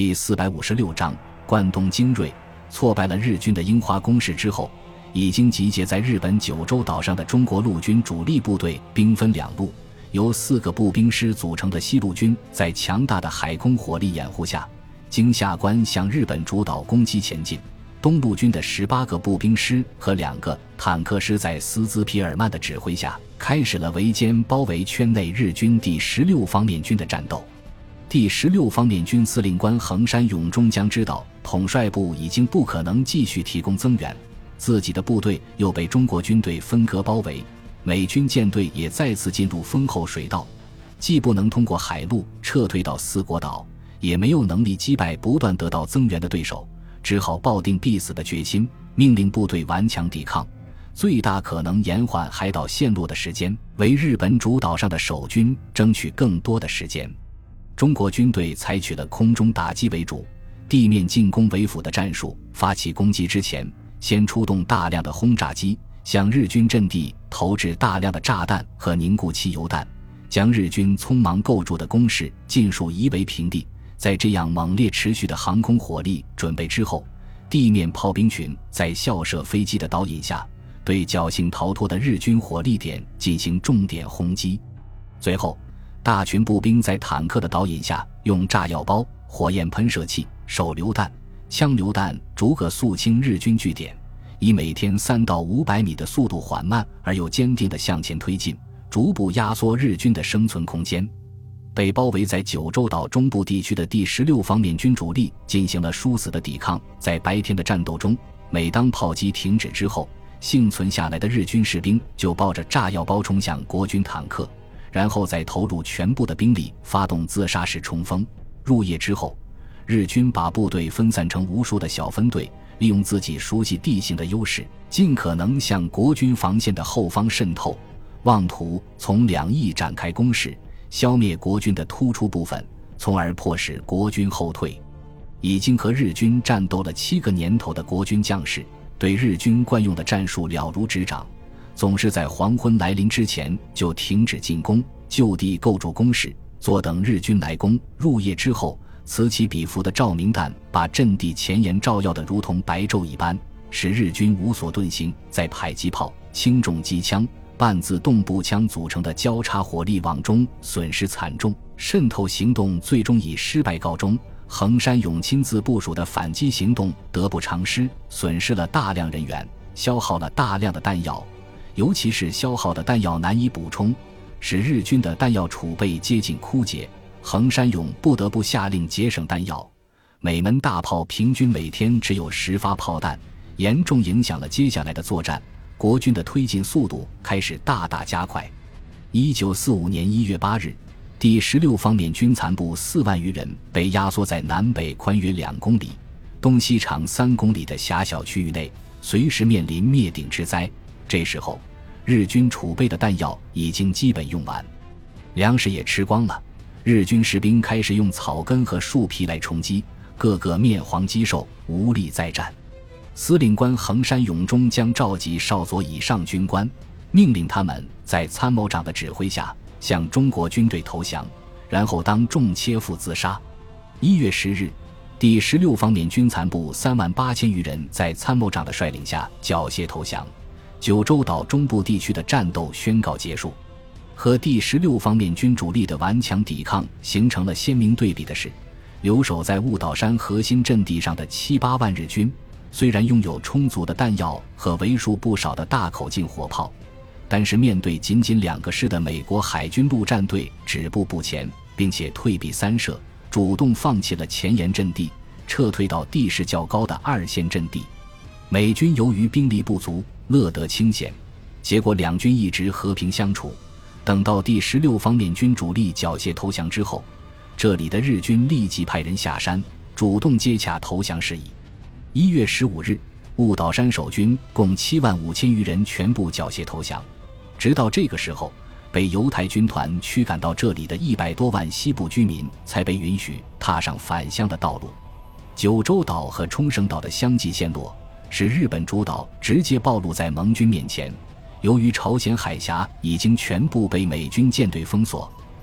第456章，关东精锐。挫败了日军的樱花攻势之后，已经集结在日本九州岛上的中国陆军主力部队兵分两路，由4个步兵师组成的西路军在强大的海空火力掩护下，经下关向日本主岛攻击前进。东路军的18个步兵师和2个坦克师在斯兹皮尔曼的指挥下，开始了围歼包围圈内日军第16方面军的战斗。第16方面军司令官横山永中将知道统帅部已经不可能继续提供增援，自己的部队又被中国军队分割包围，美军舰队也再次进入丰后水道，既不能通过海路撤退到四国岛，也没有能力击败不断得到增援的对手，只好抱定必死的决心，命令部队顽强抵抗，最大可能延缓海岛陷落的时间，为日本主岛上的守军争取更多的时间。中国军队采取了空中打击为主、地面进攻为辅的战术，发起攻击之前，先出动大量的轰炸机，向日军阵地投掷大量的炸弹和凝固汽油弹，将日军匆忙构筑的工事尽数夷为平地。在这样猛烈持续的航空火力准备之后，地面炮兵群在校射飞机的导引下，对侥幸逃脱的日军火力点进行重点轰击。随后大群步兵在坦克的导引下，用炸药包、火焰喷射器、手榴弹、枪榴弹逐个肃清日军据点，以每天3到500米的速度缓慢而又坚定地向前推进，逐步压缩日军的生存空间。被包围在九州岛中部地区的第16方面军主力进行了殊死的抵抗。在白天的战斗中，每当炮击停止之后，幸存下来的日军士兵就抱着炸药包冲向国军坦克，然后再投入全部的兵力发动自杀式冲锋。入夜之后，日军把部队分散成无数的小分队，利用自己熟悉地形的优势，尽可能向国军防线的后方渗透，妄图从两翼展开攻势，消灭国军的突出部分，从而迫使国军后退。已经和日军战斗了7个年头的国军将士，对日军惯用的战术了如指掌，总是在黄昏来临之前就停止进攻，就地构筑工事，坐等日军来攻。入夜之后，此起彼伏的照明弹把阵地前沿照耀得如同白昼一般，使日军无所遁形。在迫击炮、轻重机枪、半自动步枪组成的交叉火力网中损失惨重，渗透行动最终以失败告终。横山永亲自部署的反击行动得不偿失，损失了大量人员，消耗了大量的弹药，尤其是消耗的弹药难以补充，使日军的弹药储备接近枯竭。横山永不得不下令节省弹药，每门大炮平均每天只有10发炮弹，严重影响了接下来的作战。国军的推进速度开始大大加快。1945年1月8日，第16方面军残部4万余人被压缩在南北宽约2公里、东西长3公里的狭小区域内，随时面临灭顶之灾。这时候，日军储备的弹药已经基本用完，粮食也吃光了。日军士兵开始用草根和树皮来充饥，个个面黄肌瘦，无力再战。司令官横山永中将召集少佐以上军官，命令他们在参谋长的指挥下向中国军队投降，然后当众切腹自杀。1月10日，第16方面军残部38000余人在参谋长的率领下缴械投降，九州岛中部地区的战斗宣告结束。和第16方面军主力的顽强抵抗形成了鲜明对比的是，留守在雾岛山核心阵地上的7、8万日军，虽然拥有充足的弹药和为数不少的大口径火炮，但是面对仅仅2个师的美国海军陆战队止步不前，并且退避三舍，主动放弃了前沿阵地，撤退到地势较高的2线阵地。美军由于兵力不足，乐得清闲，结果两军一直和平相处。等到第16方面军主力缴械投降之后，这里的日军立即派人下山，主动接洽投降事宜。1月15日，雾岛山守军共75000余人全部缴械投降。直到这个时候，被犹太军团驱赶到这里的100多万西部居民才被允许踏上返乡的道路。九州岛和冲绳岛的相继陷落，使日本主岛直接暴露在盟军面前。由于朝鲜海峡已经全部被美军舰队封锁，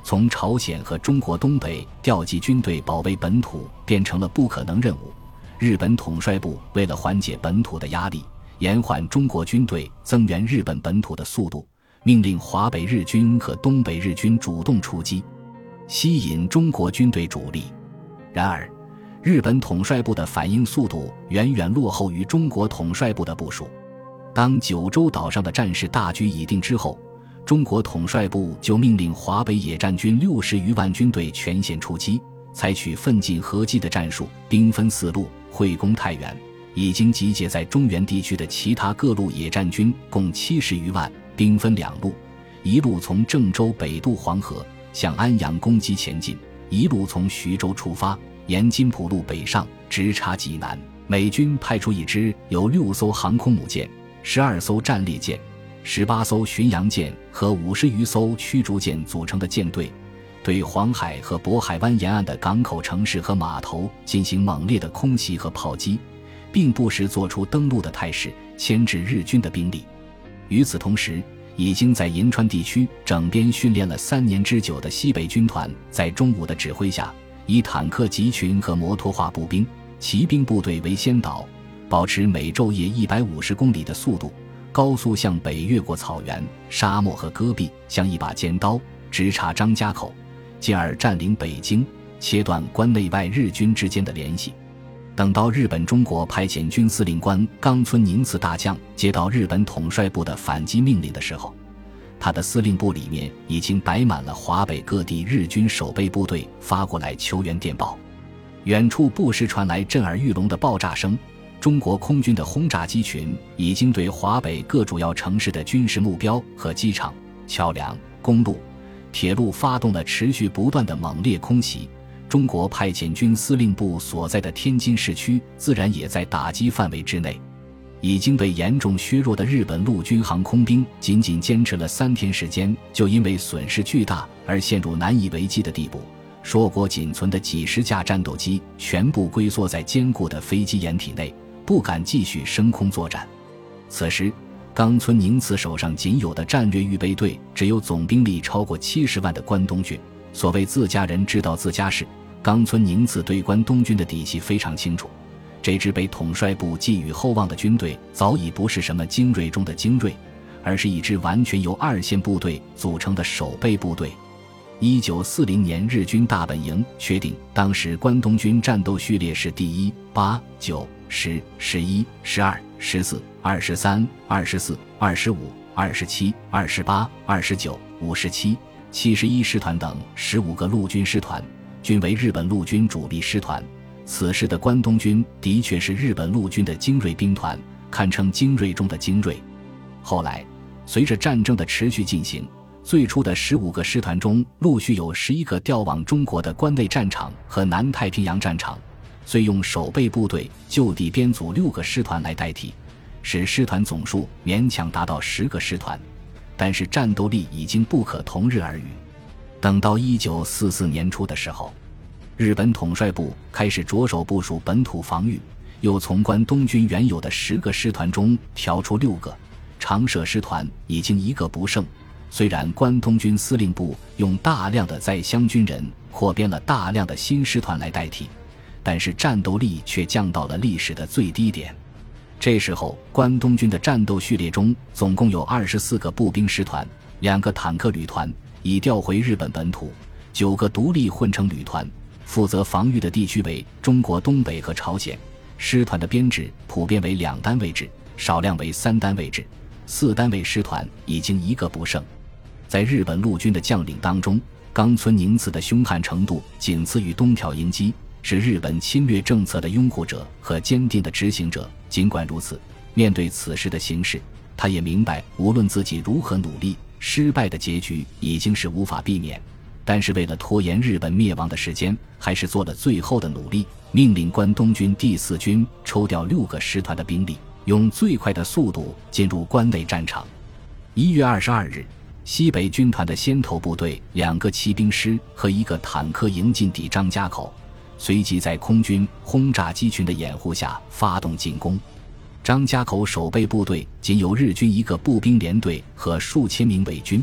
从朝鲜和中国东北调集军队保卫本土变成了不可能任务。日本统帅部为了缓解本土的压力，延缓中国军队增援日本本土的速度，命令华北日军和东北日军主动出击，吸引中国军队主力。然而，日本统帅部的反应速度远远落后于中国统帅部的部署。当九州岛上的战事大局已定之后，中国统帅部就命令华北野战军60余万军队全线出击，采取奋进合击的战术，兵分4路会攻太原。已经集结在中原地区的其他各路野战军共70余万，兵分2路，一路从郑州北渡黄河，向安阳攻击前进，一路从徐州出发，沿津浦路北上，直插济南。美军派出一支由6艘航空母舰、12艘战列舰、18艘巡洋舰和50余艘驱逐舰组成的舰队，对黄海和渤海湾沿岸的港口城市和码头进行猛烈的空袭和炮击，并不时做出登陆的态势，牵制日军的兵力。与此同时，已经在银川地区整编训练了3年之久的西北军团，在中午的指挥下，以坦克集群和摩托化步兵、骑兵部队为先导，保持每昼夜150公里的速度，高速向北越过草原、沙漠和戈壁，像一把尖刀直插张家口，进而占领北京，切断关内外日军之间的联系。等到日本中国派遣军司令官冈村宁次大将接到日本统帅部的反击命令的时候，他的司令部里面已经摆满了华北各地日军守备部队发过来求援电报。远处不时传来震耳欲聋的爆炸声，中国空军的轰炸机群已经对华北各主要城市的军事目标和机场、桥梁、公路、铁路发动了持续不断的猛烈空袭。中国派遣军司令部所在的天津市区自然也在打击范围之内。已经被严重削弱的日本陆军航空兵仅仅坚持了3天时间，就因为损失巨大而陷入难以为继的地步。硕果仅存的几十架战斗机全部龟缩在坚固的飞机掩体内，不敢继续升空作战。此时，冈村宁次手上仅有的战略预备队只有总兵力超过70万的关东军。所谓自家人知道自家事，冈村宁次对关东军的底细非常清楚。这支被统帅部寄予厚望的军队早已不是什么精锐中的精锐，而是一支完全由2线部队组成的守备部队。1940年日军大本营确定，当时关东军战斗序列是第1、8、9、10、11、12、14、23、24、25、27、28、29、57、71师团等15个陆军师团，均为日本陆军主力师团。此时的关东军的确是日本陆军的精锐兵团，堪称精锐中的精锐。后来，随着战争的持续进行，最初的15个师团中陆续有11个调往中国的关内战场和南太平洋战场，遂用守备部队就地编组6个师团来代替，使师团总数勉强达到10个师团，但是战斗力已经不可同日而语。等到1944年初的时候，日本统帅部开始着手部署本土防御，又从关东军原有的10个师团中调出6个，常设师团已经1个不剩。虽然关东军司令部用大量的在乡军人扩编了大量的新师团来代替，但是战斗力却降到了历史的最低点。这时候关东军的战斗序列中总共有24个步兵师团、2个坦克旅团已调回日本本土，9个独立混成旅团，负责防御的地区为中国东北和朝鲜。师团的编制普遍为2单位制，少量为3单位制，4单位师团已经1个不剩。在日本陆军的将领当中，冈村宁次的凶悍程度仅次于东条英机，是日本侵略政策的拥护者和坚定的执行者。尽管如此，面对此时的形势，他也明白无论自己如何努力，失败的结局已经是无法避免。但是为了拖延日本灭亡的时间，还是做了最后的努力，命令关东军第4军抽调6个师团的兵力，用最快的速度进入关内战场。1月22日，西北军团的先头部队2个骑兵师和1个坦克营进抵张家口，随即在空军轰炸机群的掩护下发动进攻。张家口守备部队仅有日军1个步兵连队和数千名伪军，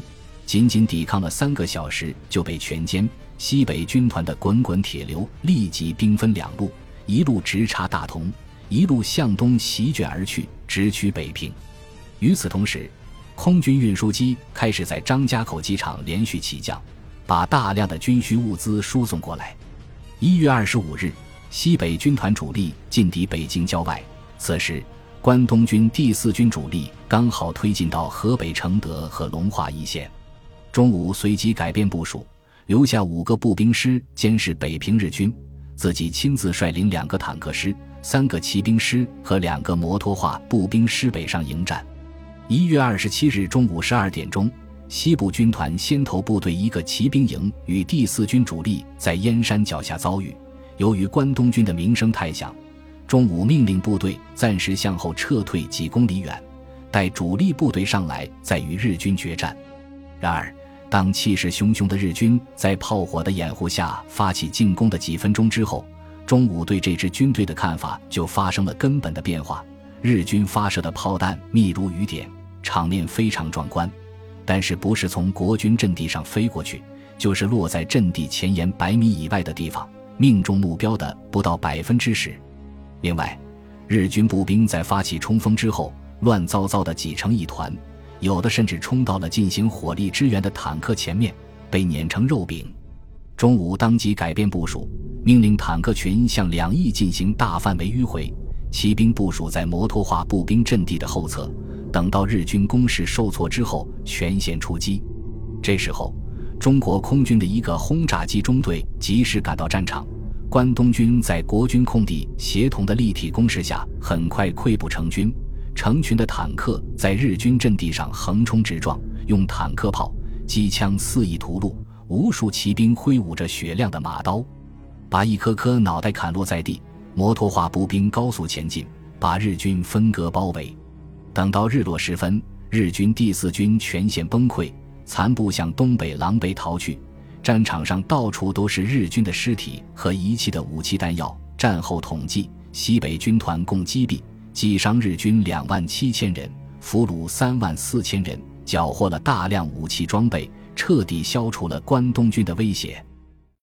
仅仅抵抗了3个小时就被全歼。西北军团的滚滚铁流立即兵分2路，一路直插大同，一路向东席卷而去，直趋北平。与此同时，空军运输机开始在张家口机场连续起降，把大量的军需物资输送过来。1月25日，西北军团主力进抵北京郊外，此时关东军第4军主力刚好推进到河北承德和龙华一线。中午随即改变部署，留下5个步兵师监视北平日军，自己亲自率领2个坦克师、3个骑兵师和2个摩托化步兵师北上迎战。1月27日中午12点钟，西部军团先头部队1个骑兵营与第4军主力在燕山脚下遭遇，由于关东军的鸣声太响，中午命令部队暂时向后撤退几公里远，待主力部队上来再与日军决战。然而当气势汹汹的日军在炮火的掩护下发起进攻的几分钟之后，中午对这支军队的看法就发生了根本的变化。日军发射的炮弹密如雨点，场面非常壮观，但是不是从国军阵地上飞过去，就是落在阵地前沿100米以外的地方，命中目标的不到10%。另外，日军步兵在发起冲锋之后乱糟糟地挤成一团，有的甚至冲到了进行火力支援的坦克前面，被碾成肉饼。中午当即改变部署，命令坦克群向2翼进行大范围迂回，骑兵部署在摩托化步兵阵地的后侧，等到日军攻势受挫之后全线出击。这时候，中国空军的1个轰炸机中队及时赶到战场，关东军在国军空地协同的立体攻势下很快溃不成军，成群的坦克在日军阵地上横冲直撞，用坦克炮、机枪肆意屠戮，无数骑兵挥舞着雪亮的马刀，把一颗颗脑袋砍落在地。摩托化步兵高速前进，把日军分割包围。等到日落时分，日军第4军全线崩溃，残部向东北狼狈逃去，战场上到处都是日军的尸体和遗弃的武器弹药。战后统计，西北军团共击毙、击伤日军27000人，俘虏34000人，缴获了大量武器装备，彻底消除了关东军的威胁。